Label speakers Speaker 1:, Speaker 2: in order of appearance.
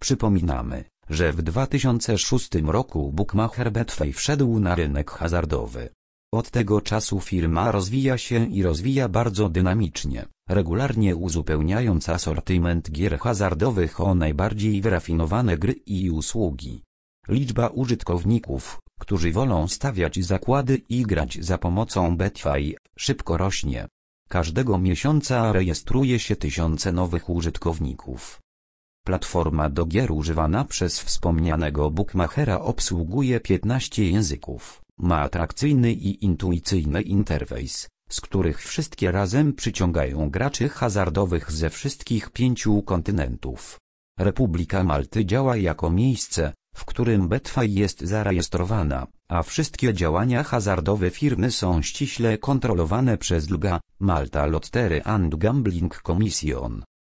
Speaker 1: Przypominamy, że w 2006 roku Bookmacher Betfair wszedł na rynek hazardowy. Od tego czasu firma rozwija się i rozwija bardzo dynamicznie, regularnie uzupełniając asortyment gier hazardowych o najbardziej wyrafinowane gry i usługi. Liczba użytkowników, którzy wolą stawiać zakłady i grać za pomocą Betfair, szybko rośnie. Każdego miesiąca rejestruje się tysiące nowych użytkowników. Platforma do gier używana przez wspomnianego bookmachera obsługuje 15 języków, ma atrakcyjny i intuicyjny interfejs, z których wszystkie razem przyciągają graczy hazardowych ze wszystkich 5 kontynentów. Republika Malty działa jako miejsce, w którym Betfair jest zarejestrowana, a wszystkie działania hazardowe firmy są ściśle kontrolowane przez LGA, Malta Lottery and Gambling Commission.